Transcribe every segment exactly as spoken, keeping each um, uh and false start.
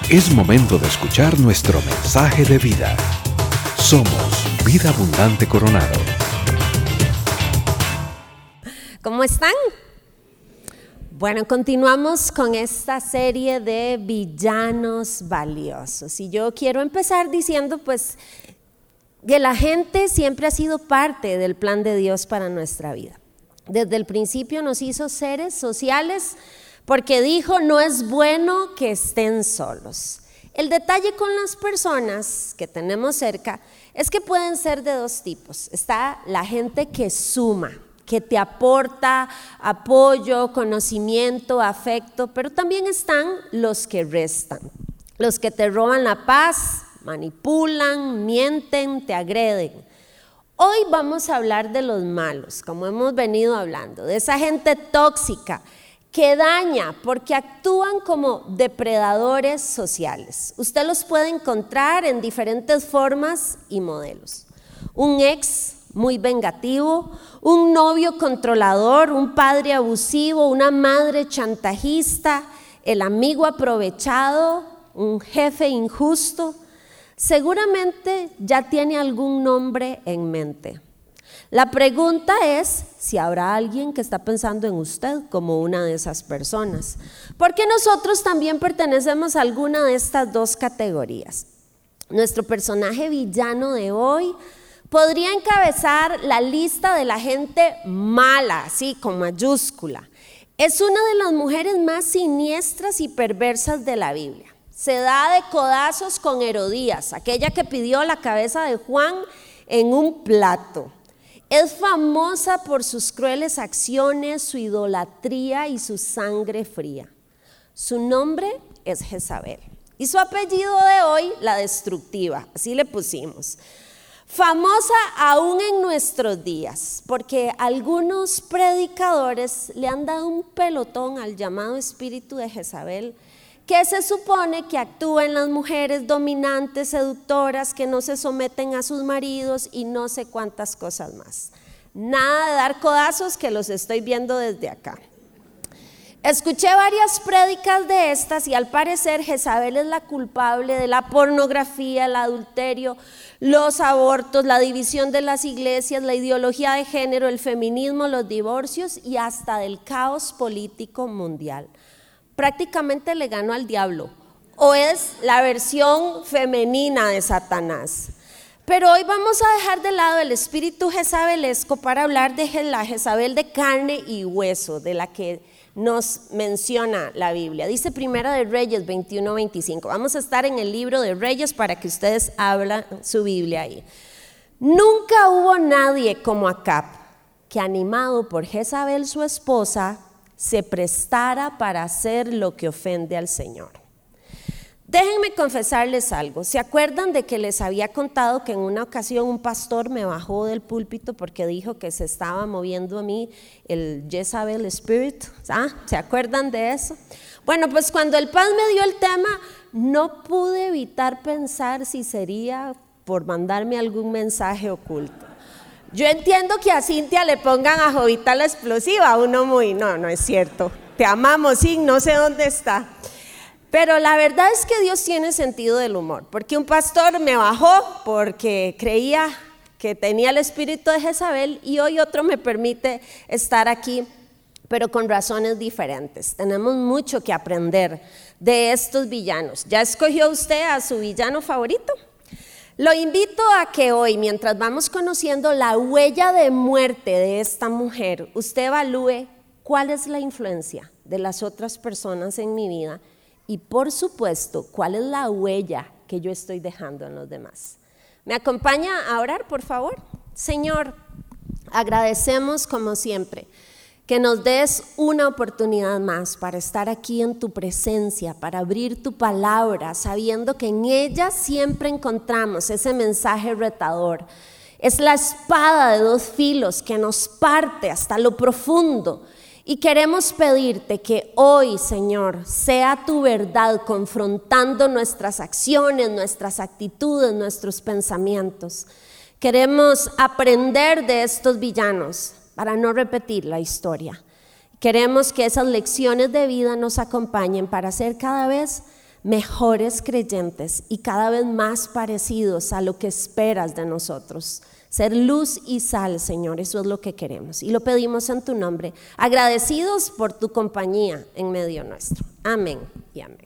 Es momento de escuchar nuestro mensaje de vida. Somos Vida Abundante Coronado. ¿Cómo están? Bueno, continuamos con esta serie de villanos valiosos. Y yo quiero empezar diciendo pues que la gente siempre ha sido parte del plan de Dios para nuestra vida. Desde el principio nos hizo seres sociales porque dijo, no es bueno que estén solos. El detalle con las personas que tenemos cerca es que pueden ser de dos tipos. Está la gente que suma, que te aporta apoyo, conocimiento, afecto, pero también están los que restan, los que te roban la paz, manipulan, mienten, te agreden. Hoy vamos a hablar de los malos, como hemos venido hablando, de esa gente tóxica que daña porque actúan como depredadores sociales. Usted los puede encontrar en diferentes formas y modelos. Un ex muy vengativo, un novio controlador, un padre abusivo, una madre chantajista, el amigo aprovechado, un jefe injusto. Seguramente ya tiene algún nombre en mente. La pregunta es si habrá alguien que está pensando en usted como una de esas personas, porque nosotros también pertenecemos a alguna de estas dos categorías. Nuestro personaje villano de hoy podría encabezar la lista de la gente mala, así con mayúscula. Es una de las mujeres más siniestras y perversas de la Biblia. Se da de codazos con Herodías, aquella que pidió la cabeza de Juan en un plato. Es famosa por sus crueles acciones, su idolatría y su sangre fría. Su nombre es Jezabel y su apellido de hoy, la destructiva, así le pusimos. Famosa aún en nuestros días, porque algunos predicadores le han dado un pelotón al llamado espíritu de Jezabel, que se supone que actúa en las mujeres dominantes, seductoras, que no se someten a sus maridos y no sé cuántas cosas más. Nada de dar codazos, que los estoy viendo desde acá. Escuché varias prédicas de estas y al parecer Jezabel es la culpable de la pornografía, el adulterio, los abortos, la división de las iglesias, la ideología de género, el feminismo, los divorcios y hasta del caos político mundial. Prácticamente le ganó al diablo, o es la versión femenina de Satanás. Pero hoy vamos a dejar de lado el espíritu jezabelesco para hablar de la Jezabel de carne y hueso, de la que nos menciona la Biblia. Dice Primera de Reyes veintiuno veinticinco. Vamos a estar en el libro de Reyes para que ustedes abran su Biblia ahí. Nunca hubo nadie como Acab, que animado por Jezabel su esposa, se prestara para hacer lo que ofende al Señor. Déjenme confesarles algo. ¿Se acuerdan de que les había contado que en una ocasión un pastor me bajó del púlpito porque dijo que se estaba moviendo a mí el Jezabel Spirit? ¿Ah? ¿Se acuerdan de eso? Bueno, pues cuando el Paz me dio el tema, no pude evitar pensar si sería por mandarme algún mensaje oculto. Yo entiendo que a Cintia le pongan a Jovita la explosiva, uno muy, no, no es cierto, te amamos, sí, no sé dónde está. Pero la verdad es que Dios tiene sentido del humor, porque un pastor me bajó porque creía que tenía el espíritu de Jezabel y hoy otro me permite estar aquí, pero con razones diferentes. Tenemos mucho que aprender de estos villanos. ¿Ya escogió usted a su villano favorito? Lo invito a que hoy, mientras vamos conociendo la huella de muerte de esta mujer, usted evalúe cuál es la influencia de las otras personas en mi vida y, por supuesto, cuál es la huella que yo estoy dejando en los demás. ¿Me acompaña a orar, por favor? Señor, agradecemos como siempre que nos des una oportunidad más para estar aquí en tu presencia, para abrir tu palabra, sabiendo que en ella siempre encontramos ese mensaje retador. Es la espada de dos filos que nos parte hasta lo profundo. Y queremos pedirte que hoy, Señor, sea tu verdad confrontando nuestras acciones, nuestras actitudes, nuestros pensamientos. Queremos aprender de estos villanos para no repetir la historia. Queremos que esas lecciones de vida nos acompañen para ser cada vez mejores creyentes y cada vez más parecidos a lo que esperas de nosotros. Ser luz y sal, Señor, eso es lo que queremos. Y lo pedimos en tu nombre, agradecidos por tu compañía en medio nuestro. Amén y amén.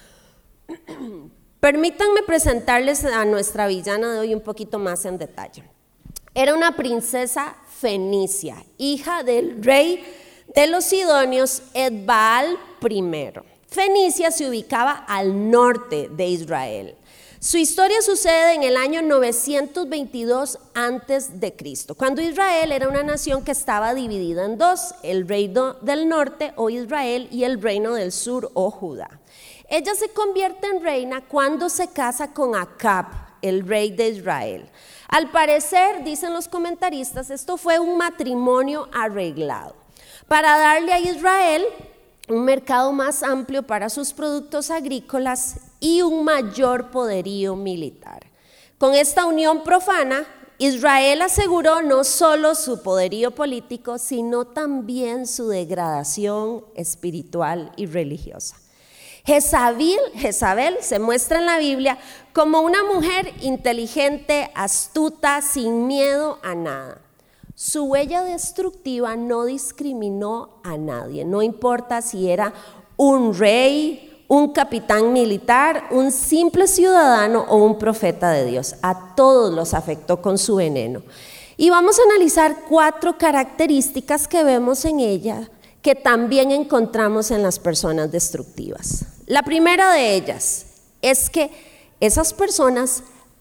Permítanme presentarles a nuestra villana de hoy un poquito más en detalle. Era una princesa fenicia, hija del rey de los sidonios Edbaal primero. Fenicia se ubicaba al norte de Israel. Su historia sucede en el año novecientos veintidós antes de Cristo, cuando Israel era una nación que estaba dividida en dos, el reino del norte o Israel y el reino del sur o Judá. Ella se convierte en reina cuando se casa con Acab, el rey de Israel. Al parecer, dicen los comentaristas, esto fue un matrimonio arreglado para darle a Israel un mercado más amplio para sus productos agrícolas y un mayor poderío militar. Con esta unión profana, Israel aseguró no solo su poderío político, sino también su degradación espiritual y religiosa. Jezabel, Jezabel se muestra en la Biblia como una mujer inteligente, astuta, sin miedo a nada. Su huella destructiva no discriminó a nadie, no importa si era un rey, un capitán militar, un simple ciudadano o un profeta de Dios. A todos los afectó con su veneno. Y vamos a analizar cuatro características que vemos en ella que también encontramos en las personas destructivas. La primera de ellas es que esas personas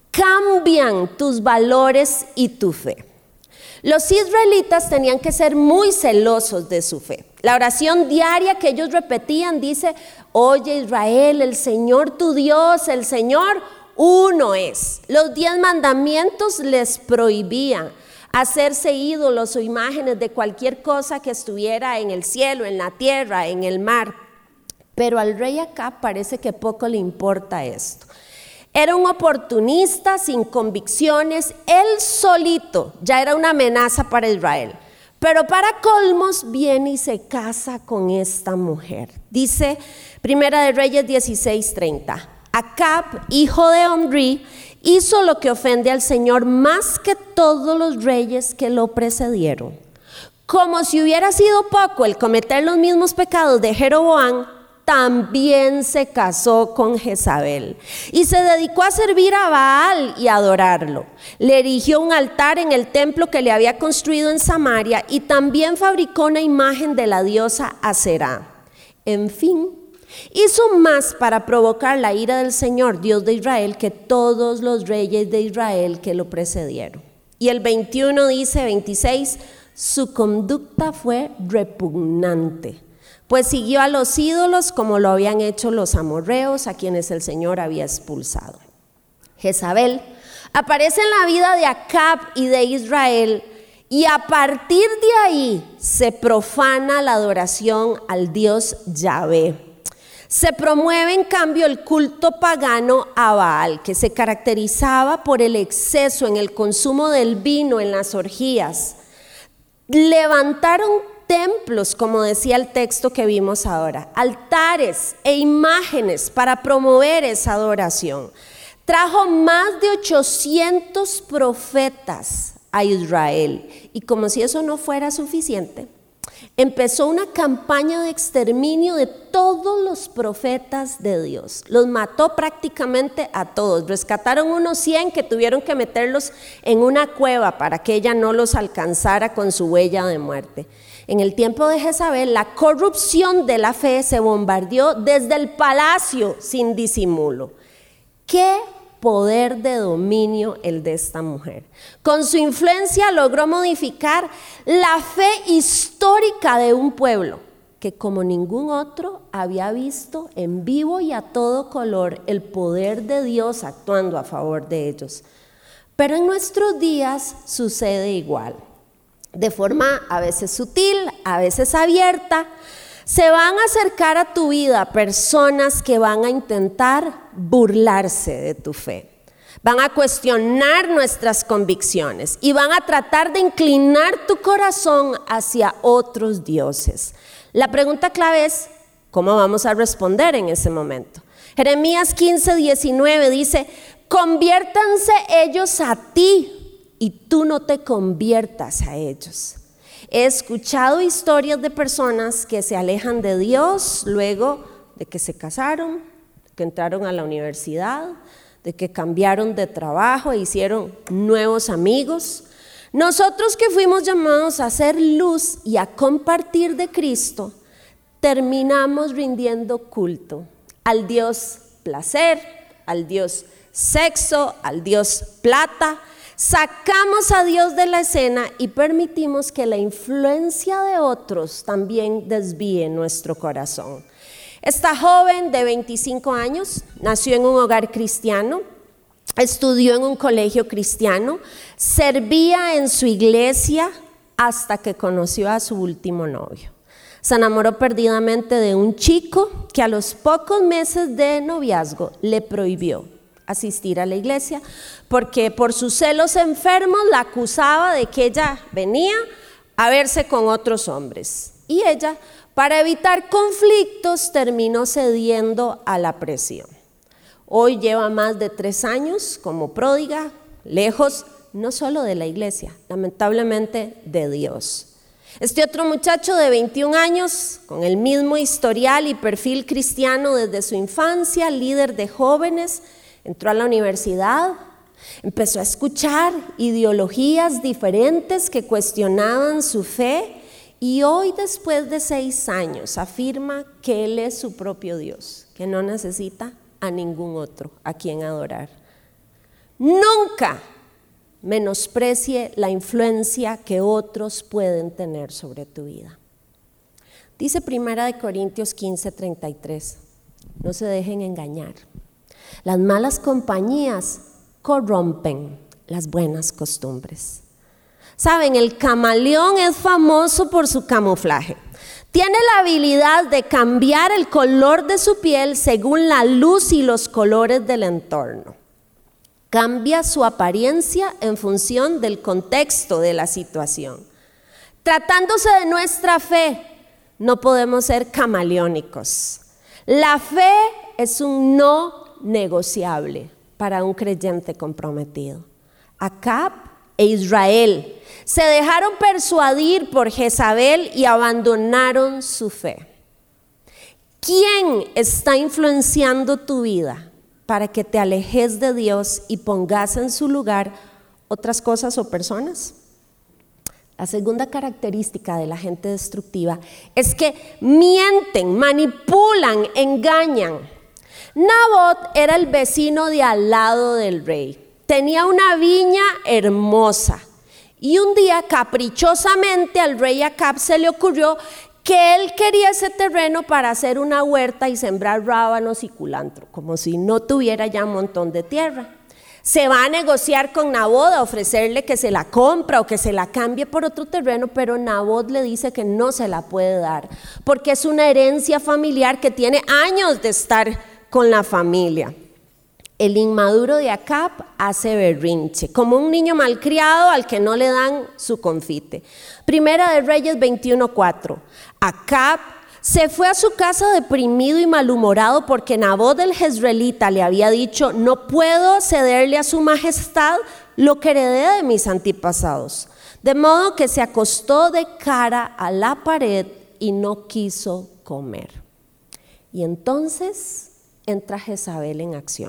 cambian tus valores y tu fe. Los israelitas tenían que ser muy celosos de su fe. La oración diaria que ellos repetían dice: oye Israel, el Señor tu Dios, el Señor uno es. Los diez mandamientos les prohibían hacerse ídolos o imágenes de cualquier cosa que estuviera en el cielo, en la tierra, en el mar. Pero al rey Acab parece que poco le importa esto. Era un oportunista sin convicciones, él solito ya era una amenaza para Israel. Pero para colmos viene y se casa con esta mujer. Dice Primera de Reyes dieciséis treinta, Acab, hijo de Omri, hizo lo que ofende al Señor más que todos los reyes que lo precedieron. Como si hubiera sido poco el cometer los mismos pecados de Jeroboam, también se casó con Jezabel y se dedicó a servir a Baal y a adorarlo. Le erigió un altar en el templo que le había construido en Samaria y también fabricó una imagen de la diosa Aserá. En fin, hizo más para provocar la ira del Señor, Dios de Israel, que todos los reyes de Israel que lo precedieron. Y el veintiuno dice, veintiséis, su conducta fue repugnante, pues siguió a los ídolos como lo habían hecho los amorreos, a quienes el Señor había expulsado. Jezabel aparece en la vida de Acab y de Israel, y a partir de ahí se profana la adoración al Dios Yahvé. Se promueve en cambio el culto pagano a Baal, que se caracterizaba por el exceso en el consumo del vino en las orgías. Levantaron templos, como decía el texto que vimos ahora, altares e imágenes para promover esa adoración. Trajo más de ochocientos profetas a Israel, y como si eso no fuera suficiente, empezó una campaña de exterminio de todos los profetas de Dios. Los mató prácticamente a todos. Rescataron unos cien que tuvieron que meterlos en una cueva para que ella no los alcanzara con su huella de muerte. En el tiempo de Jezabel, la corrupción de la fe se bombardeó desde el palacio sin disimulo. ¿Qué poder de dominio el de esta mujer? Con su influencia logró modificar la fe histórica de un pueblo que como ningún otro había visto en vivo y a todo color el poder de Dios actuando a favor de ellos. Pero en nuestros días sucede igual. De forma a veces sutil, a veces abierta, se van a acercar a tu vida personas que van a intentar burlarse de tu fe. Van a cuestionar nuestras convicciones y van a tratar de inclinar tu corazón hacia otros dioses. La pregunta clave es, ¿cómo vamos a responder en ese momento? Jeremías quince, diecinueve dice: conviértanse ellos a ti y tú no te conviertas a ellos. He escuchado historias de personas que se alejan de Dios luego de que se casaron, que entraron a la universidad, de que cambiaron de trabajo e hicieron nuevos amigos. Nosotros que fuimos llamados a hacer luz y a compartir de Cristo, terminamos rindiendo culto al Dios placer, al Dios sexo, al Dios plata. Sacamos a Dios de la escena y permitimos que la influencia de otros también desvíe nuestro corazón. Esta joven de veinticinco años nació en un hogar cristiano, estudió en un colegio cristiano, servía en su iglesia hasta que conoció a su último novio. Se enamoró perdidamente de un chico que a los pocos meses de noviazgo le prohibió asistir a la iglesia porque por sus celos enfermos la acusaba de que ella venía a verse con otros hombres. Y ella, para evitar conflictos, terminó cediendo a la presión. Hoy lleva más de tres años como pródiga, lejos no solo de la iglesia, lamentablemente de Dios. Este otro muchacho de veintiún años, con el mismo historial y perfil cristiano desde su infancia, líder de jóvenes, entró a la universidad, empezó a escuchar ideologías diferentes que cuestionaban su fe y hoy, después de seis años, afirma que Él es su propio Dios, que no necesita a ningún otro a quien adorar. Nunca menosprecie la influencia que otros pueden tener sobre tu vida. Dice Primera de Corintios quince, treinta y tres, no se dejen engañar. Las malas compañías corrompen las buenas costumbres. Saben, el camaleón es famoso por su camuflaje. Tiene la habilidad de cambiar el color de su piel según la luz y los colores del entorno. Cambia su apariencia en función del contexto de la situación. Tratándose de nuestra fe, no podemos ser camaleónicos. La fe es un no negociable para un creyente comprometido. Acab e Israel se dejaron persuadir por Jezabel y abandonaron su fe. ¿Quién está influenciando tu vida para que te alejes de Dios y pongas en su lugar otras cosas o personas? La segunda característica de la gente destructiva es que mienten, manipulan, engañan. Nabot era el vecino de al lado del rey. Tenía una viña hermosa y un día caprichosamente al rey Acab se le ocurrió que él quería ese terreno para hacer una huerta y sembrar rábanos y culantro, como si no tuviera ya un montón de tierra. Se va a negociar con Nabot, a ofrecerle que se la compra o que se la cambie por otro terreno, pero Nabot le dice que no se la puede dar, porque es una herencia familiar que tiene años de estar con la familia. El inmaduro de Acab hace berrinche, como un niño malcriado al que no le dan su confite. Primera de Reyes veintiuno, cuatro. Acab se fue a su casa deprimido y malhumorado porque Nabot el jezreelita le había dicho: no puedo cederle a su majestad lo que heredé de mis antepasados. De modo que se acostó de cara a la pared y no quiso comer. Y entonces entra Jezabel en acción.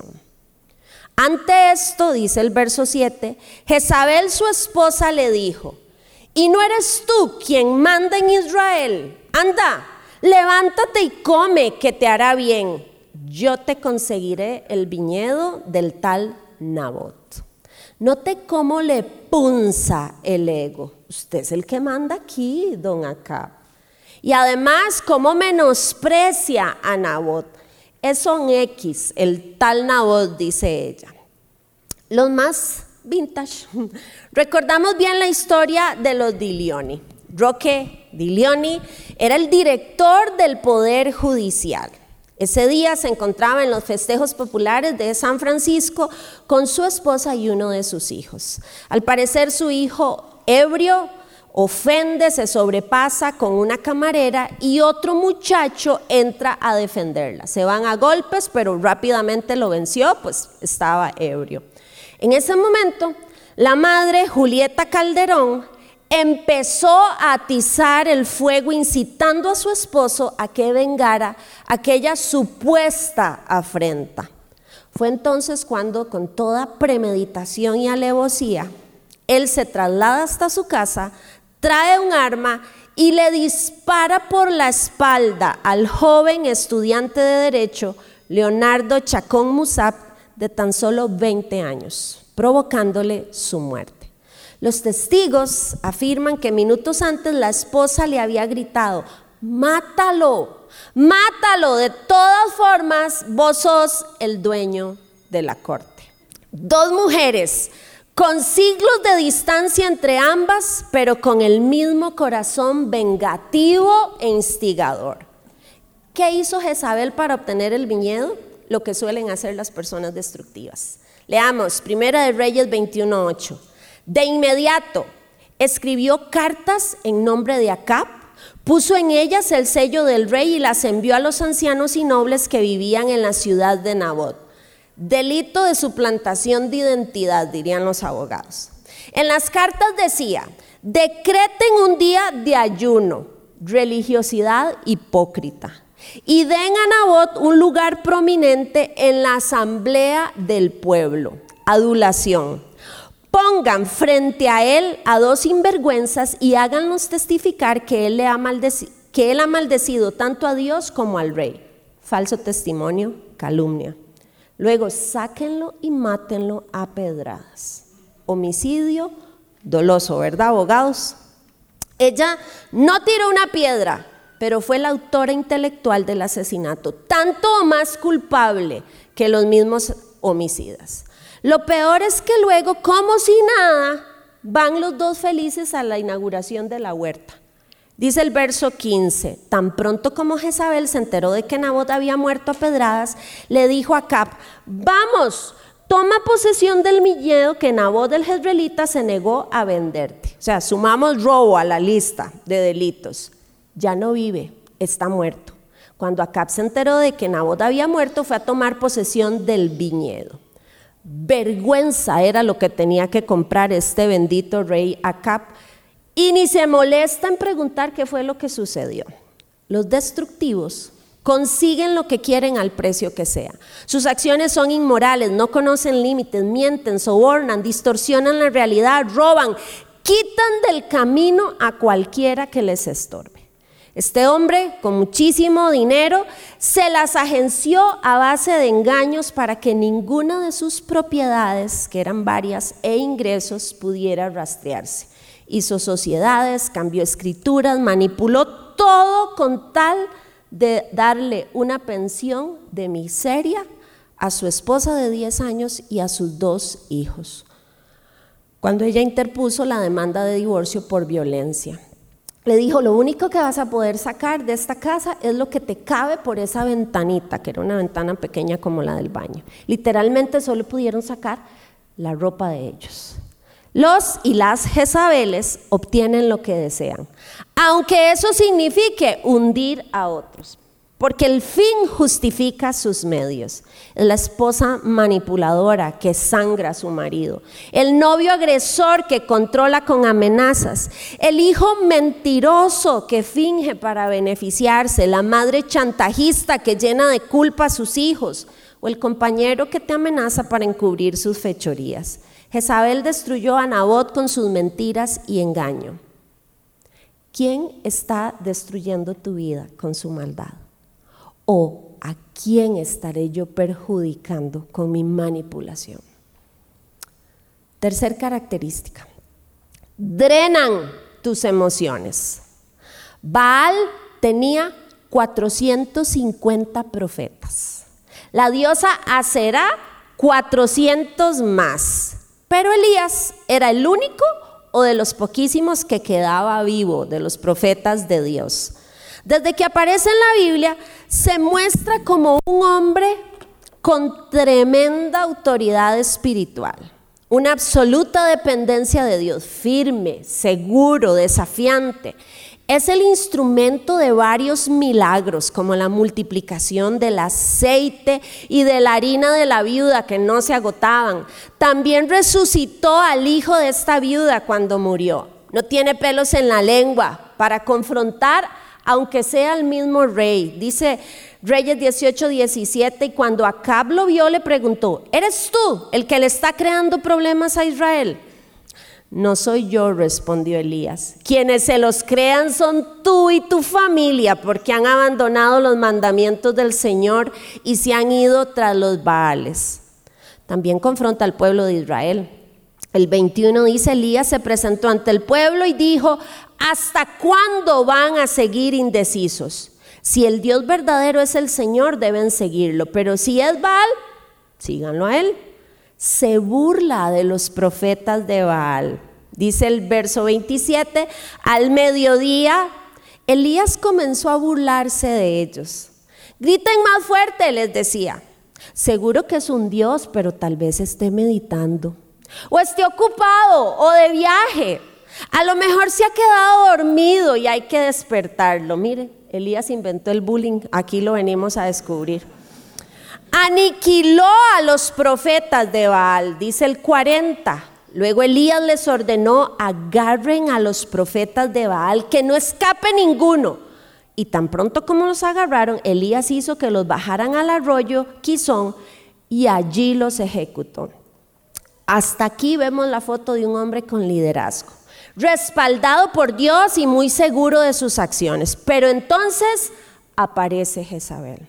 Ante esto, dice el verso siete, Jezabel su esposa le dijo: ¿y no eres tú quien manda en Israel? Anda, levántate y come, que te hará bien. Yo te conseguiré el viñedo del tal Nabot. Note cómo le punza el ego. Usted es el que manda aquí, don Acab. Y además, cómo menosprecia a Nabot. Es un X, el tal Nabot, dice ella. Los más vintage. Recordamos bien la historia de los Di Leoni. Roque Di Leoni era el director del Poder Judicial. Ese día se encontraba en los festejos populares de San Francisco con su esposa y uno de sus hijos. Al parecer su hijo ebrio ofende, se sobrepasa con una camarera y otro muchacho entra a defenderla. Se van a golpes, pero rápidamente lo venció, pues estaba ebrio. En ese momento, la madre, Julieta Calderón, empezó a atizar el fuego, incitando a su esposo a que vengara aquella supuesta afrenta. Fue entonces cuando, con toda premeditación y alevosía, él se traslada hasta su casa, trae un arma y le dispara por la espalda al joven estudiante de Derecho, Leonardo Chacón Musab, de tan solo veinte años, provocándole su muerte. Los testigos afirman que minutos antes la esposa le había gritado: mátalo, mátalo, de todas formas vos sos el dueño de la corte. Dos mujeres con siglos de distancia entre ambas, pero con el mismo corazón vengativo e instigador. ¿Qué hizo Jezabel para obtener el viñedo? Lo que suelen hacer las personas destructivas. Leamos Primera de Reyes veintiuno ocho. De inmediato escribió cartas en nombre de Acab, puso en ellas el sello del rey y las envió a los ancianos y nobles que vivían en la ciudad de Nabot. Delito de suplantación de identidad, dirían los abogados. En las cartas decía: decreten un día de ayuno, religiosidad hipócrita, y den a Nabot un lugar prominente en la asamblea del pueblo, adulación. Pongan frente a él a dos sinvergüenzas y háganlos testificar que él, le ha maldeci- que él ha maldecido tanto a Dios como al rey. Falso testimonio, calumnia. Luego sáquenlo y mátenlo a pedradas. Homicidio doloso, ¿verdad, abogados? Ella no tiró una piedra, pero fue la autora intelectual del asesinato, tanto o más culpable que los mismos homicidas. Lo peor es que luego, como si nada, van los dos felices a la inauguración de la huerta. Dice el verso quince: tan pronto como Jezabel se enteró de que Nabot había muerto a pedradas, le dijo a Acab: vamos, toma posesión del viñedo que Nabot el jezreelita se negó a venderte. O sea, sumamos robo a la lista de delitos. Ya no vive, está muerto. Cuando Acab se enteró de que Nabot había muerto, fue a tomar posesión del viñedo. Vergüenza era lo que tenía que comprar este bendito rey Acab, y ni se molesta en preguntar qué fue lo que sucedió. Los destructivos consiguen lo que quieren al precio que sea. Sus acciones son inmorales, no conocen límites, mienten, sobornan, distorsionan la realidad, roban, quitan del camino a cualquiera que les estorbe. Este hombre, con muchísimo dinero, se las agenció a base de engaños para que ninguna de sus propiedades, que eran varias, e ingresos pudiera rastrearse. Hizo sociedades, cambió escrituras, manipuló todo con tal de darle una pensión de miseria a su esposa de diez años y a sus dos hijos, cuando ella interpuso la demanda de divorcio por violencia. Le dijo: lo único que vas a poder sacar de esta casa es lo que te cabe por esa ventanita, que era una ventana pequeña como la del baño. Literalmente solo pudieron sacar la ropa de ellos. Los y las Jezabeles obtienen lo que desean, aunque eso signifique hundir a otros, porque el fin justifica sus medios. Es la esposa manipuladora que sangra a su marido, el novio agresor que controla con amenazas, el hijo mentiroso que finge para beneficiarse, la madre chantajista que llena de culpa a sus hijos, o el compañero que te amenaza para encubrir sus fechorías. Jezabel destruyó a Nabot con sus mentiras y engaño. ¿Quién está destruyendo tu vida con su maldad? ¿O a quién estaré yo perjudicando con mi manipulación? Tercer característica: drenan tus emociones. Baal tenía cuatrocientos cincuenta profetas, la diosa Aserá cuatrocientos más. Pero Elías era el único o de los poquísimos que quedaba vivo de los profetas de Dios. Desde que aparece en la Biblia, se muestra como un hombre con tremenda autoridad espiritual, una absoluta dependencia de Dios, firme, seguro, desafiante. Es el instrumento de varios milagros, como la multiplicación del aceite y de la harina de la viuda que no se agotaban. También resucitó al hijo de esta viuda cuando murió. No tiene pelos en la lengua para confrontar, aunque sea el mismo rey. Dice Reyes dieciocho, diecisiete, y cuando Acab lo vio le preguntó: ¿eres tú el que le está creando problemas a Israel? No soy yo, respondió Elías. Quienes se los crean son tú y tu familia, porque han abandonado los mandamientos del Señor y se han ido tras los Baales. También confronta al pueblo de Israel. El veintiuno dice: Elías se presentó ante el pueblo y dijo: ¿hasta cuándo van a seguir indecisos? Si el Dios verdadero es el Señor, deben seguirlo, pero si es Baal, síganlo a él. Se burla de los profetas de Baal. Dice el verso veintisiete: al mediodía Elías comenzó a burlarse de ellos. Griten más fuerte, les decía. Seguro que es un Dios, pero tal vez esté meditando, o esté ocupado, o de viaje. A lo mejor se ha quedado dormido y hay que despertarlo. Mire, Elías inventó el bullying, aquí lo venimos a descubrir. Aniquiló a los profetas de Baal, dice el cuarenta. Luego Elías les ordenó: agarren a los profetas de Baal, que no escape ninguno. Y tan pronto como los agarraron, Elías hizo que los bajaran al arroyo Quizón y allí los ejecutó. Hasta aquí vemos la foto de un hombre con liderazgo, respaldado por Dios y muy seguro de sus acciones. Pero entonces aparece Jezabel.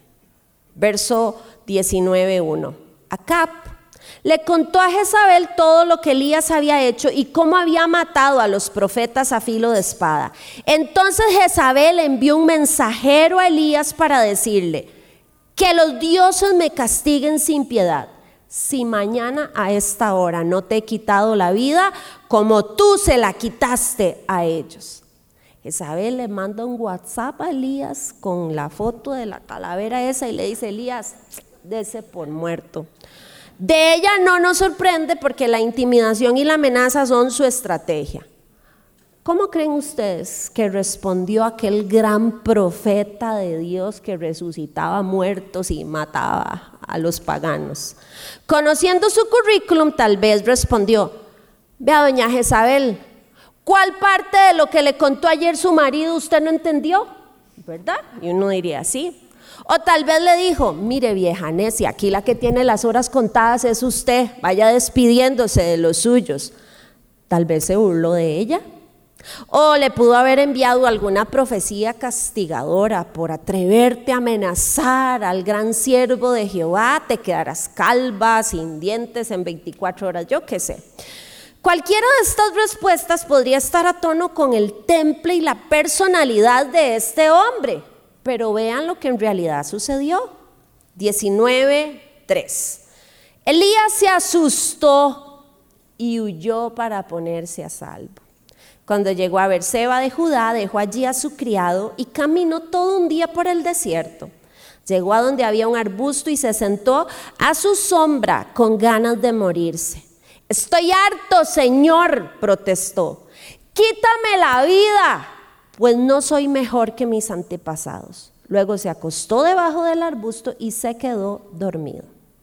Verso diecinueve, uno. Acab le contó a Jezabel todo lo que Elías había hecho y cómo había matado a los profetas a filo de espada. Entonces Jezabel envió un mensajero a Elías para decirle: que los dioses me castiguen sin piedad, si mañana a esta hora no te he quitado la vida como tú se la quitaste a ellos. Jezabel le manda un WhatsApp a Elías con la foto de la calavera esa y le dice: Elías, dese por muerto. De ella no nos sorprende, porque la intimidación y la amenaza son su estrategia. ¿Cómo creen ustedes que respondió aquel gran profeta de Dios que resucitaba muertos y mataba a los paganos? Conociendo su currículum, tal vez respondió: vea, doña Jezabel, ¿cuál parte de lo que le contó ayer su marido usted no entendió? ¿Verdad? Y uno diría sí. O tal vez le dijo: mire, vieja necia, aquí la que tiene las horas contadas es usted, vaya despidiéndose de los suyos. Tal vez se burló de ella. O le pudo haber enviado alguna profecía castigadora: por atreverte a amenazar al gran siervo de Jehová, te quedarás calva, sin dientes en veinticuatro horas, yo qué sé. Cualquiera de estas respuestas podría estar a tono con el temple y la personalidad de este hombre, pero vean lo que en realidad sucedió. diecinueve, tres. Elías se asustó y huyó para ponerse a salvo. Cuando llegó a Berseba de Judá, dejó allí a su criado y caminó todo un día por el desierto. Llegó a donde había un arbusto y se sentó a su sombra con ganas de morirse. Estoy harto, Señor, protestó. Quítame la vida, pues no soy mejor que mis antepasados. Luego se acostó debajo del arbusto y se quedó dormido.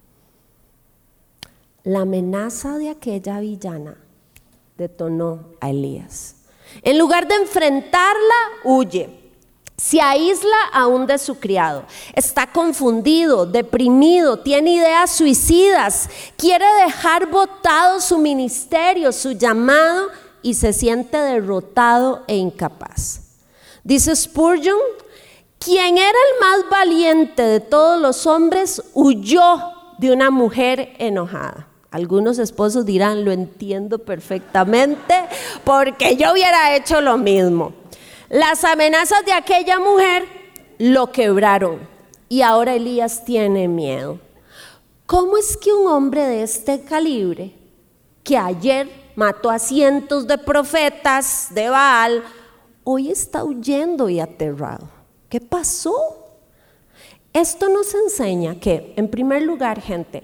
La amenaza de aquella villana detonó a Elías. En lugar de enfrentarla, huye. Se aísla aún de su criado. Está confundido, deprimido, tiene ideas suicidas. Quiere dejar botado su ministerio, su llamado, y se siente derrotado e incapaz. Dice Spurgeon: quien era el más valiente de todos los hombres huyó de una mujer enojada. Algunos esposos dirán: lo entiendo perfectamente, porque yo hubiera hecho lo mismo. Las amenazas de aquella mujer lo quebraron y ahora Elías tiene miedo. ¿Cómo es que un hombre de este calibre, que ayer mató a cientos de profetas de Baal, hoy está huyendo y aterrado? ¿Qué pasó? Esto nos enseña que, en primer lugar, gente,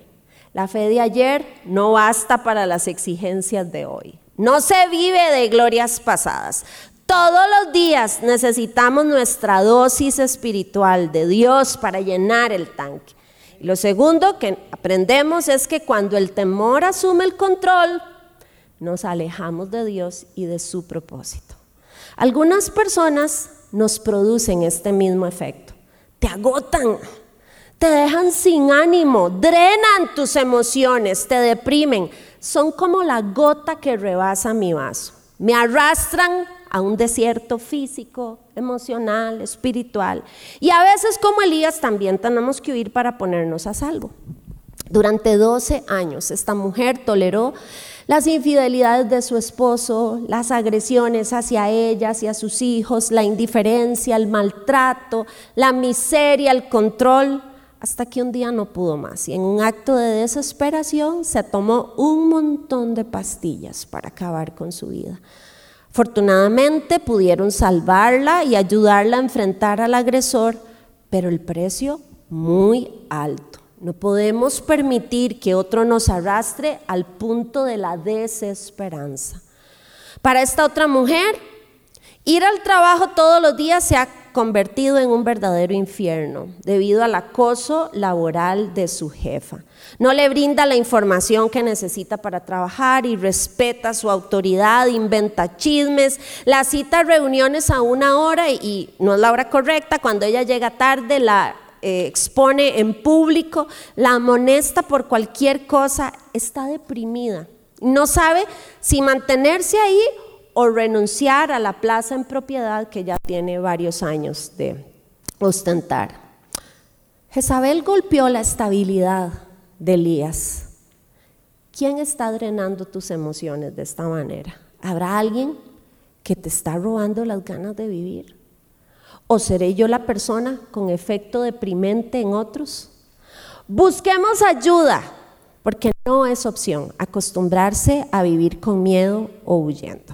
La fe de ayer no basta para las exigencias de hoy. No se vive de glorias pasadas. Todos los días necesitamos nuestra dosis espiritual de Dios para llenar el tanque. Y lo segundo que aprendemos es que cuando el temor asume el control, nos alejamos de Dios y de su propósito. Algunas personas nos producen este mismo efecto. Te agotan, te dejan sin ánimo, drenan tus emociones, te deprimen. Son como la gota que rebasa mi vaso. Me arrastran a un desierto físico, emocional, espiritual. Y a veces, como Elías, también tenemos que huir para ponernos a salvo. Durante doce años, esta mujer toleró las infidelidades de su esposo, las agresiones hacia ella, hacia sus hijos, la indiferencia, el maltrato, la miseria, el control, hasta que un día no pudo más y en un acto de desesperación se tomó un montón de pastillas para acabar con su vida. Afortunadamente pudieron salvarla y ayudarla a enfrentar al agresor, pero el precio muy alto. No podemos permitir que otro nos arrastre al punto de la desesperanza. Para esta otra mujer, ir al trabajo todos los días se ha convertido en un verdadero infierno debido al acoso laboral de su jefa. No le brinda la información que necesita para trabajar y respeta su autoridad, inventa chismes, la cita a reuniones a una hora y no es la hora correcta. Cuando ella llega tarde, la eh, expone en público, la amonesta por cualquier cosa. Está deprimida, no sabe si mantenerse ahí o renunciar a la plaza en propiedad que ya tiene varios años de ostentar. Jezabel golpeó la estabilidad de Elías. ¿Quién está drenando tus emociones de esta manera? ¿Habrá alguien que te está robando las ganas de vivir? ¿O seré yo la persona con efecto deprimente en otros? Busquemos ayuda, porque no es opción acostumbrarse a vivir con miedo o huyendo.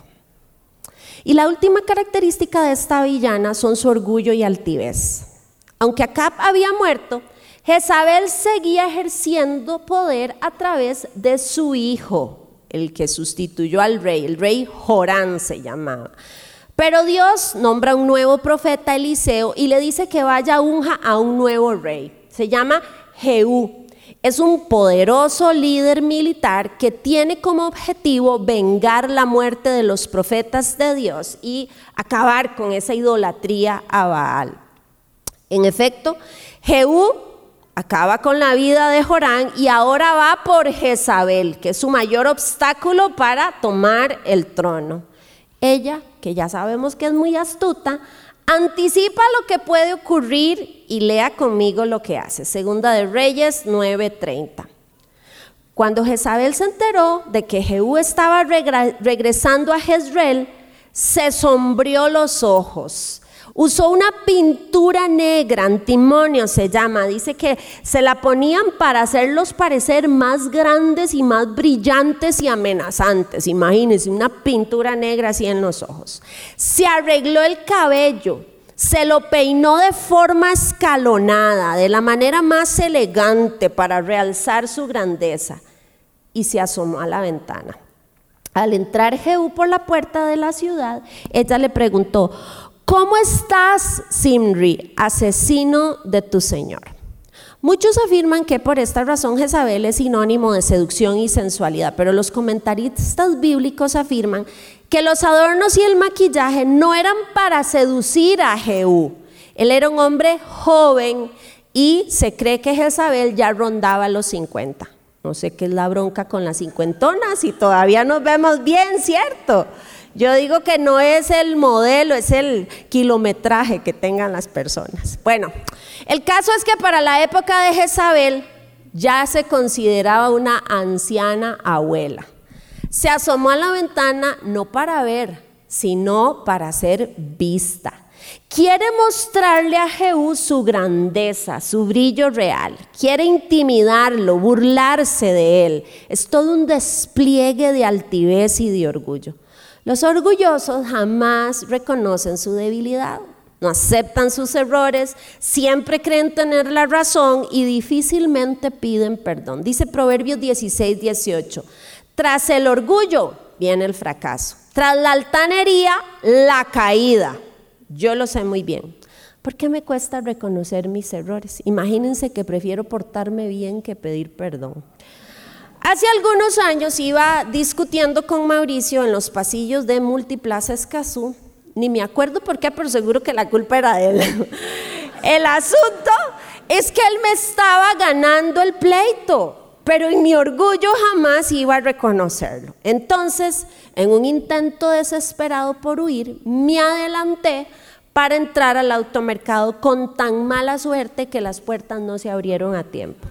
Y la última característica de esta villana son su orgullo y altivez. Aunque Acab había muerto, Jezabel seguía ejerciendo poder a través de su hijo, el que sustituyó al rey, el rey Jorán se llamaba. Pero Dios nombra un nuevo profeta, Eliseo, y le dice que vaya unja a un nuevo rey. Se llama Jehú. Es un poderoso líder militar que tiene como objetivo vengar la muerte de los profetas de Dios y acabar con esa idolatría a Baal. En efecto, Jehú acaba con la vida de Jorán y ahora va por Jezabel, que es su mayor obstáculo para tomar el trono. Ella, que ya sabemos que es muy astuta, anticipa lo que puede ocurrir y lea conmigo lo que hace. Segunda de Reyes nueve treinta. Cuando Jezabel se enteró de que Jehú estaba regresando a Jezreel, se sombreó los ojos. Usó una pintura negra, antimonio se llama, dice que se la ponían para hacerlos parecer más grandes y más brillantes y amenazantes. Imagínense, una pintura negra así en los ojos. Se arregló el cabello, se lo peinó de forma escalonada, de la manera más elegante para realzar su grandeza y se asomó a la ventana. Al entrar Jehú por la puerta de la ciudad, ella le preguntó: ¿cómo estás, Zimri, asesino de tu señor? Muchos afirman que por esta razón Jezabel es sinónimo de seducción y sensualidad, pero los comentaristas bíblicos afirman que los adornos y el maquillaje no eran para seducir a Jehú. Él era un hombre joven y se cree que Jezabel ya rondaba los cincuenta. No sé qué es la bronca con las cincuentonas y todavía nos vemos bien, ¿cierto? Yo digo que no es el modelo, es el kilometraje que tengan las personas. Bueno, el caso es que para la época de Jezabel ya se consideraba una anciana abuela. Se asomó a la ventana no para ver, sino para ser vista. Quiere mostrarle a Jehú su grandeza, su brillo real. Quiere intimidarlo, burlarse de él. Es todo un despliegue de altivez y de orgullo. Los orgullosos jamás reconocen su debilidad. no aceptan sus errores, siempre creen tener la razón y difícilmente piden perdón. Dice Proverbios dieciséis, dieciocho, tras el orgullo viene el fracaso, tras la altanería, la caída. Yo lo sé muy bien. ¿Por qué me cuesta reconocer mis errores? Imagínense que prefiero portarme bien que pedir perdón. Hace algunos años iba discutiendo con Mauricio en los pasillos de Multiplaza Escazú. Ni me acuerdo por qué, pero seguro que la culpa era de él. El asunto es que él me estaba ganando el pleito, pero en mi orgullo jamás iba a reconocerlo. Entonces, en un intento desesperado por huir, me adelanté para entrar al automercado con tan mala suerte que las puertas no se abrieron a tiempo.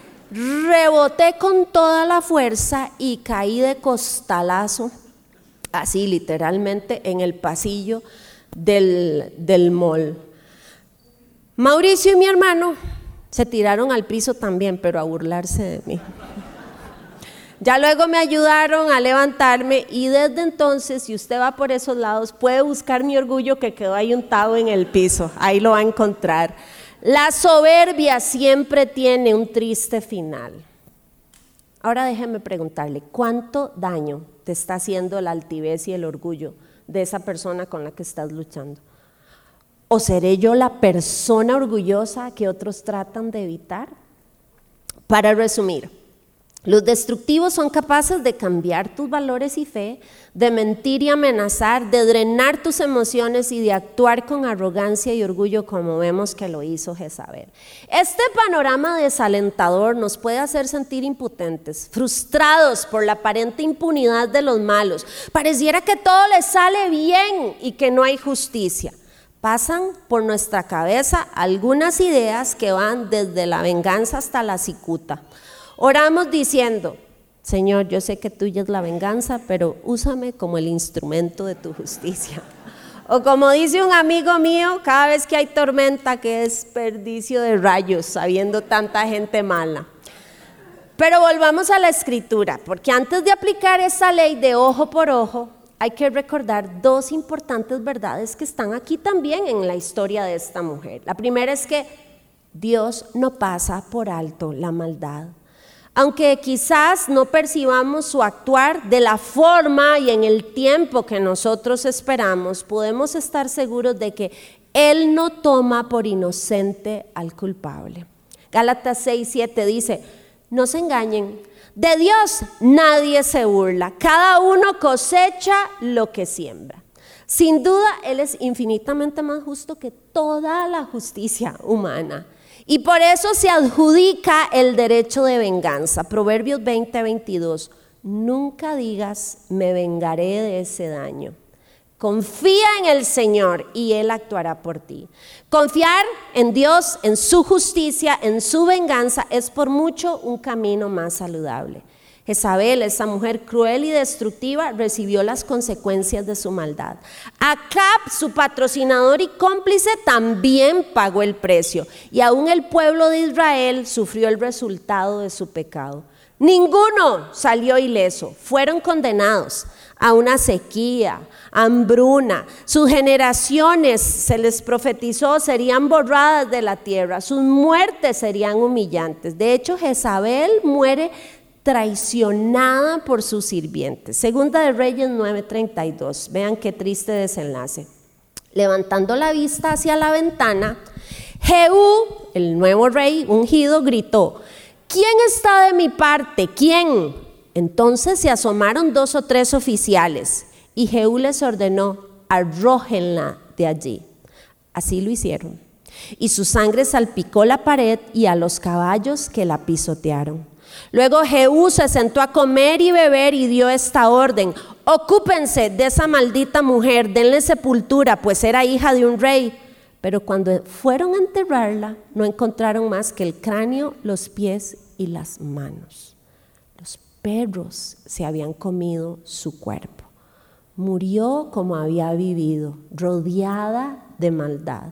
Reboté con toda la fuerza y caí de costalazo, así literalmente, en el pasillo del, del mall. Mauricio y mi hermano se tiraron al piso también, pero a burlarse de mí. Ya luego me ayudaron a levantarme y desde entonces, si usted va por esos lados, puede buscar mi orgullo que quedó ahí untado en el piso, ahí lo va a encontrar. La soberbia siempre tiene un triste final. Ahora déjeme preguntarle, ¿cuánto daño te está haciendo la altivez y el orgullo de esa persona con la que estás luchando? ¿O seré yo la persona orgullosa que otros tratan de evitar? Para resumir, los destructivos son capaces de cambiar tus valores y fe, de mentir y amenazar, de drenar tus emociones y de actuar con arrogancia y orgullo como vemos que lo hizo Jezabel. Este panorama desalentador nos puede hacer sentir impotentes, frustrados por la aparente impunidad de los malos. Pareciera que todo les sale bien y que no hay justicia. Pasan por nuestra cabeza algunas ideas que van desde la venganza hasta la cicuta. Oramos diciendo, Señor, yo sé que tuya es la venganza, pero úsame como el instrumento de tu justicia. O como dice un amigo mío, cada vez que hay tormenta, qué desperdicio de rayos, habiendo tanta gente mala. Pero volvamos a la escritura, porque antes de aplicar esa ley de ojo por ojo, hay que recordar dos importantes verdades que están aquí también en la historia de esta mujer. La primera es que Dios no pasa por alto la maldad. Aunque quizás no percibamos su actuar de la forma y en el tiempo que nosotros esperamos, podemos estar seguros de que Él no toma por inocente al culpable. Gálatas seis, siete dice, no se engañen, de Dios nadie se burla, cada uno cosecha lo que siembra. Sin duda, Él es infinitamente más justo que toda la justicia humana. Y por eso se adjudica el derecho de venganza. Proverbios veinte, veintidós. Nunca digas, me vengaré de ese daño. Confía en el Señor y Él actuará por ti. Confiar en Dios, en su justicia, en su venganza, es por mucho un camino más saludable. Jezabel, esa mujer cruel y destructiva, recibió las consecuencias de su maldad. Acab, su patrocinador y cómplice, también pagó el precio. Y aún el pueblo de Israel sufrió el resultado de su pecado. Ninguno salió ileso, fueron condenados a una sequía, hambruna. Sus generaciones, se les profetizó, serían borradas de la tierra. Sus muertes serían humillantes. De hecho, Jezabel muere traicionada por sus sirvientes. Segunda de Reyes nueve, treinta y dos. Vean qué triste desenlace. Levantando la vista hacia la ventana, Jehú, el nuevo rey ungido, gritó, ¿quién está de mi parte? ¿Quién? Entonces se asomaron dos o tres oficiales y Jehú les ordenó, arrójenla de allí. Así lo hicieron. Y su sangre salpicó la pared y a los caballos que la pisotearon. Luego Jehú se sentó a comer y beber y dio esta orden, ocúpense de esa maldita mujer, denle sepultura, pues era hija de un rey. Pero cuando fueron a enterrarla, no encontraron más que el cráneo, los pies y las manos. Los perros se habían comido su cuerpo. Murió como había vivido, rodeada de maldad.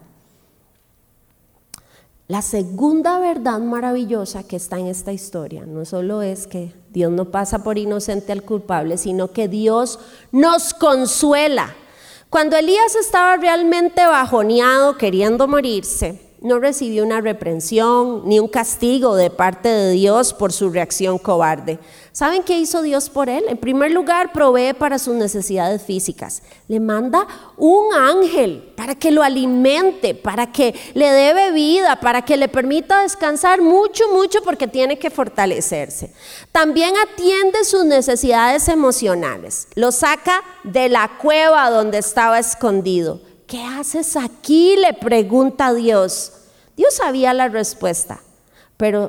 La segunda verdad maravillosa que está en esta historia no solo es que Dios no pasa por inocente al culpable, sino que Dios nos consuela. Cuando Elías estaba realmente bajoneado, queriendo morirse, no recibió una reprensión ni un castigo de parte de Dios por su reacción cobarde. ¿Saben qué hizo Dios por él? En primer lugar, provee para sus necesidades físicas. Le manda un ángel para que lo alimente, para que le dé bebida, para que le permita descansar mucho, mucho, porque tiene que fortalecerse. También atiende sus necesidades emocionales. Lo saca de la cueva donde estaba escondido. ¿Qué haces aquí?, le pregunta Dios. Dios sabía la respuesta, pero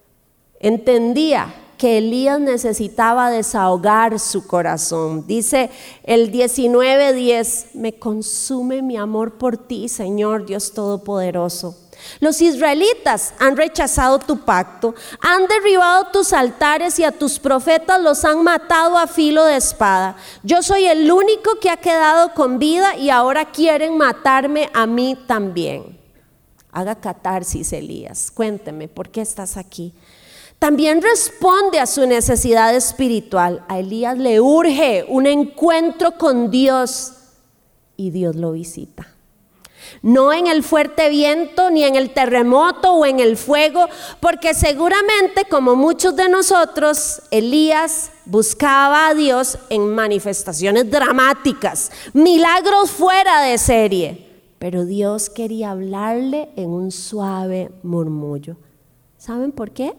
entendía que Elías necesitaba desahogar su corazón. Dice el diecinueve diez, me consume mi amor por ti, Señor Dios Todopoderoso. Los israelitas han rechazado tu pacto, han derribado tus altares y a tus profetas los han matado a filo de espada. Yo soy el único que ha quedado con vida y ahora quieren matarme a mí también. Haga catarsis, Elías. Cuénteme, ¿por qué estás aquí? También responde a su necesidad espiritual. A Elías le urge un encuentro con Dios y Dios lo visita. No en el fuerte viento, ni en el terremoto o en el fuego, porque seguramente, como muchos de nosotros, Elías buscaba a Dios en manifestaciones dramáticas, milagros fuera de serie. Pero Dios quería hablarle en un suave murmullo. ¿Saben por qué?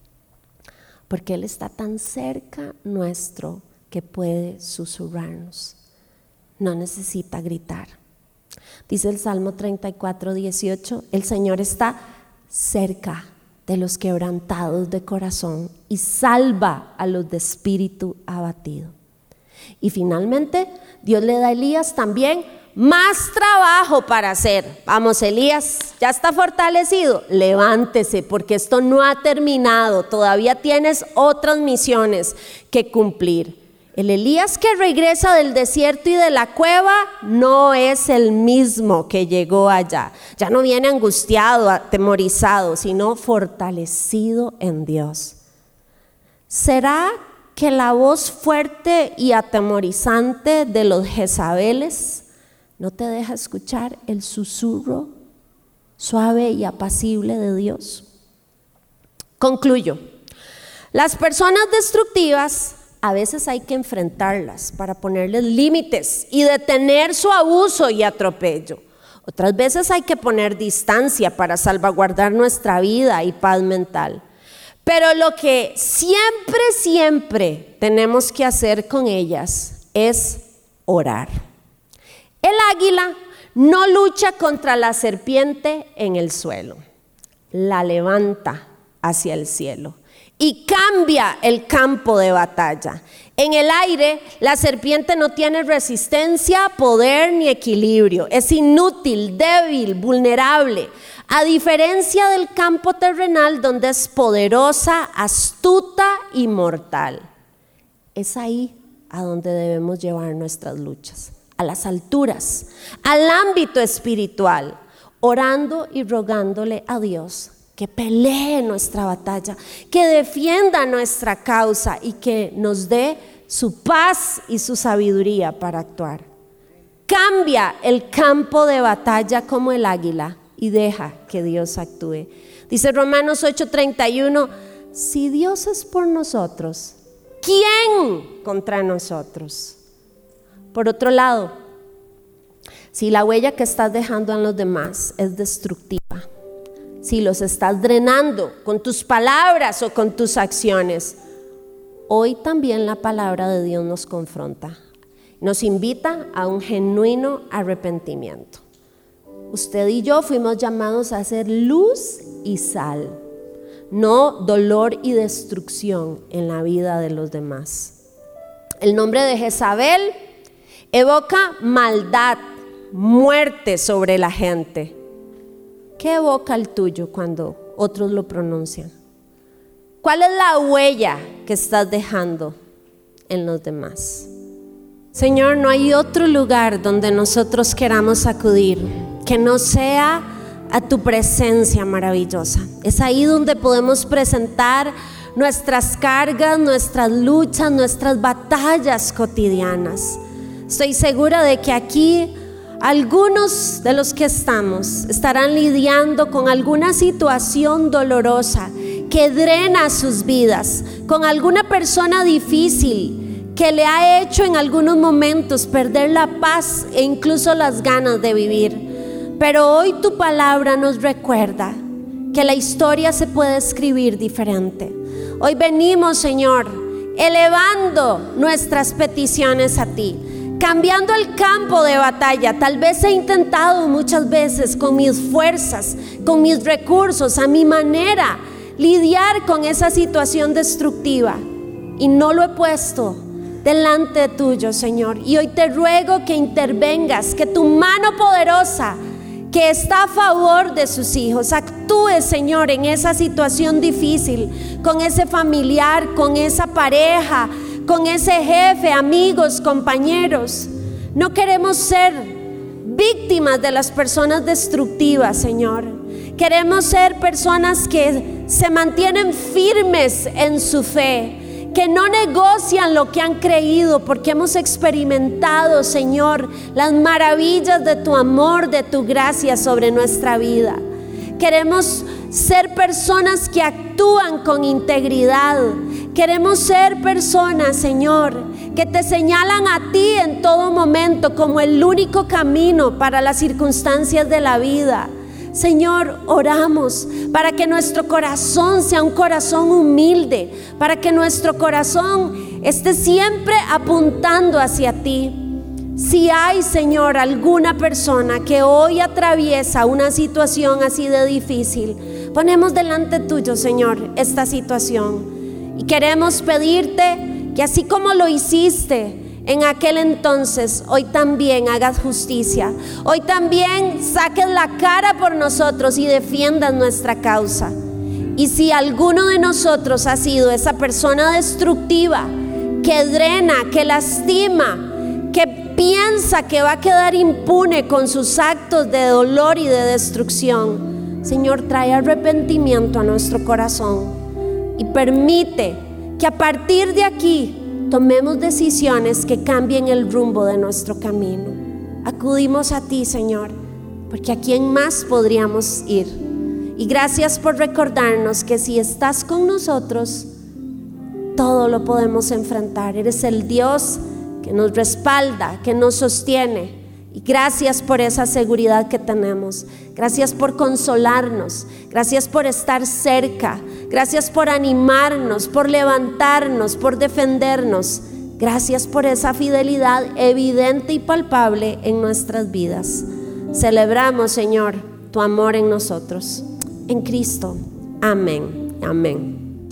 Porque Él está tan cerca nuestro que puede susurrarnos. No necesita gritar. Dice el Salmo treinta y cuatro, dieciocho, el Señor está cerca de los quebrantados de corazón y salva a los de espíritu abatido. Y finalmente, Dios le da a Elías también más trabajo para hacer. Vamos, Elías, ya está fortalecido, levántese, porque esto no ha terminado, todavía tienes otras misiones que cumplir. El Elías que regresa del desierto y de la cueva no es el mismo que llegó allá. Ya no viene angustiado, atemorizado, sino fortalecido en Dios. ¿Será que la voz fuerte y atemorizante de los Jezabeles no te deja escuchar el susurro suave y apacible de Dios? Concluyo. Las personas destructivas a veces hay que enfrentarlas para ponerles límites y detener su abuso y atropello. Otras veces hay que poner distancia para salvaguardar nuestra vida y paz mental. Pero lo que siempre, siempre tenemos que hacer con ellas es orar. El águila no lucha contra la serpiente en el suelo, la levanta hacia el cielo y cambia el campo de batalla. En el aire, la serpiente no tiene resistencia, poder ni equilibrio. Es inútil, débil, vulnerable. A diferencia del campo terrenal, donde es poderosa, astuta y mortal. Es ahí a donde debemos llevar nuestras luchas. A las alturas, al ámbito espiritual, orando y rogándole a Dios que pelee nuestra batalla, que defienda nuestra causa y que nos dé su paz y su sabiduría para actuar. Cambia el campo de batalla como el águila y deja que Dios actúe. Dice Romanos ocho treinta y uno, si Dios es por nosotros, ¿quién contra nosotros? Por otro lado, si la huella que estás dejando en los demás es destructiva, si los estás drenando con tus palabras o con tus acciones, hoy también la palabra de Dios nos confronta, nos invita a un genuino arrepentimiento. Usted y yo fuimos llamados a ser luz y sal, no dolor y destrucción en la vida de los demás. El nombre de Jezabel evoca maldad, muerte sobre la gente. ¿Qué evoca el tuyo cuando otros lo pronuncian? ¿Cuál es la huella que estás dejando en los demás? Señor, no hay otro lugar donde nosotros queramos acudir que no sea a tu presencia maravillosa. Es ahí donde podemos presentar nuestras cargas, nuestras luchas, nuestras batallas cotidianas. Estoy segura de que aquí algunos de los que estamos estarán lidiando con alguna situación dolorosa que drena sus vidas, con alguna persona difícil que le ha hecho en algunos momentos perder la paz e incluso las ganas de vivir. Pero hoy tu palabra nos recuerda que la historia se puede escribir diferente. Hoy venimos, Señor, elevando nuestras peticiones a ti, cambiando el campo de batalla. Tal vez he intentado muchas veces con mis fuerzas, con mis recursos, a mi manera, lidiar con esa situación destructiva y no lo he puesto delante tuyo, Señor. Y hoy te ruego que intervengas, que tu mano poderosa que está a favor de sus hijos actúe, Señor, en esa situación difícil, con ese familiar, con esa pareja, con ese jefe, amigos, compañeros. No queremos ser víctimas de las personas destructivas, Señor. Queremos ser personas que se mantienen firmes en su fe, que no negocian lo que han creído, porque hemos experimentado, Señor, las maravillas de tu amor, de tu gracia sobre nuestra vida. Queremos ser personas que actúan con integridad. Queremos ser personas, Señor, que te señalan a ti en todo momento como el único camino para las circunstancias de la vida. Señor, oramos para que nuestro corazón sea un corazón humilde, para que nuestro corazón esté siempre apuntando hacia ti. Si hay, Señor, alguna persona que hoy atraviesa una situación así de difícil, ponemos delante tuyo, Señor, esta situación y queremos pedirte que así como lo hiciste en aquel entonces, hoy también hagas justicia. Hoy también saques la cara por nosotros y defiendas nuestra causa. Y si alguno de nosotros ha sido esa persona destructiva, que drena, que lastima, que piensa que va a quedar impune con sus actos de dolor y de destrucción, Señor, trae arrepentimiento a nuestro corazón y permite que a partir de aquí tomemos decisiones que cambien el rumbo de nuestro camino. Acudimos a ti, Señor, porque ¿a quién más podríamos ir? Y gracias por recordarnos que si estás con nosotros, todo lo podemos enfrentar. Eres el Dios que nos respalda, que nos sostiene. Y gracias por esa seguridad que tenemos. Gracias por consolarnos. Gracias por estar cerca. Gracias por animarnos, por levantarnos, por defendernos. Gracias por esa fidelidad evidente y palpable en nuestras vidas. Celebramos, Señor, tu amor en nosotros. En Cristo. Amén. Amén.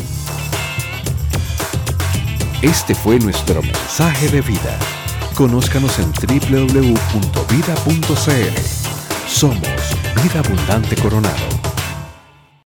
Este fue nuestro mensaje de vida. Conózcanos en doble u doble u doble u punto vida punto c l. Somos Vida Abundante Coronado.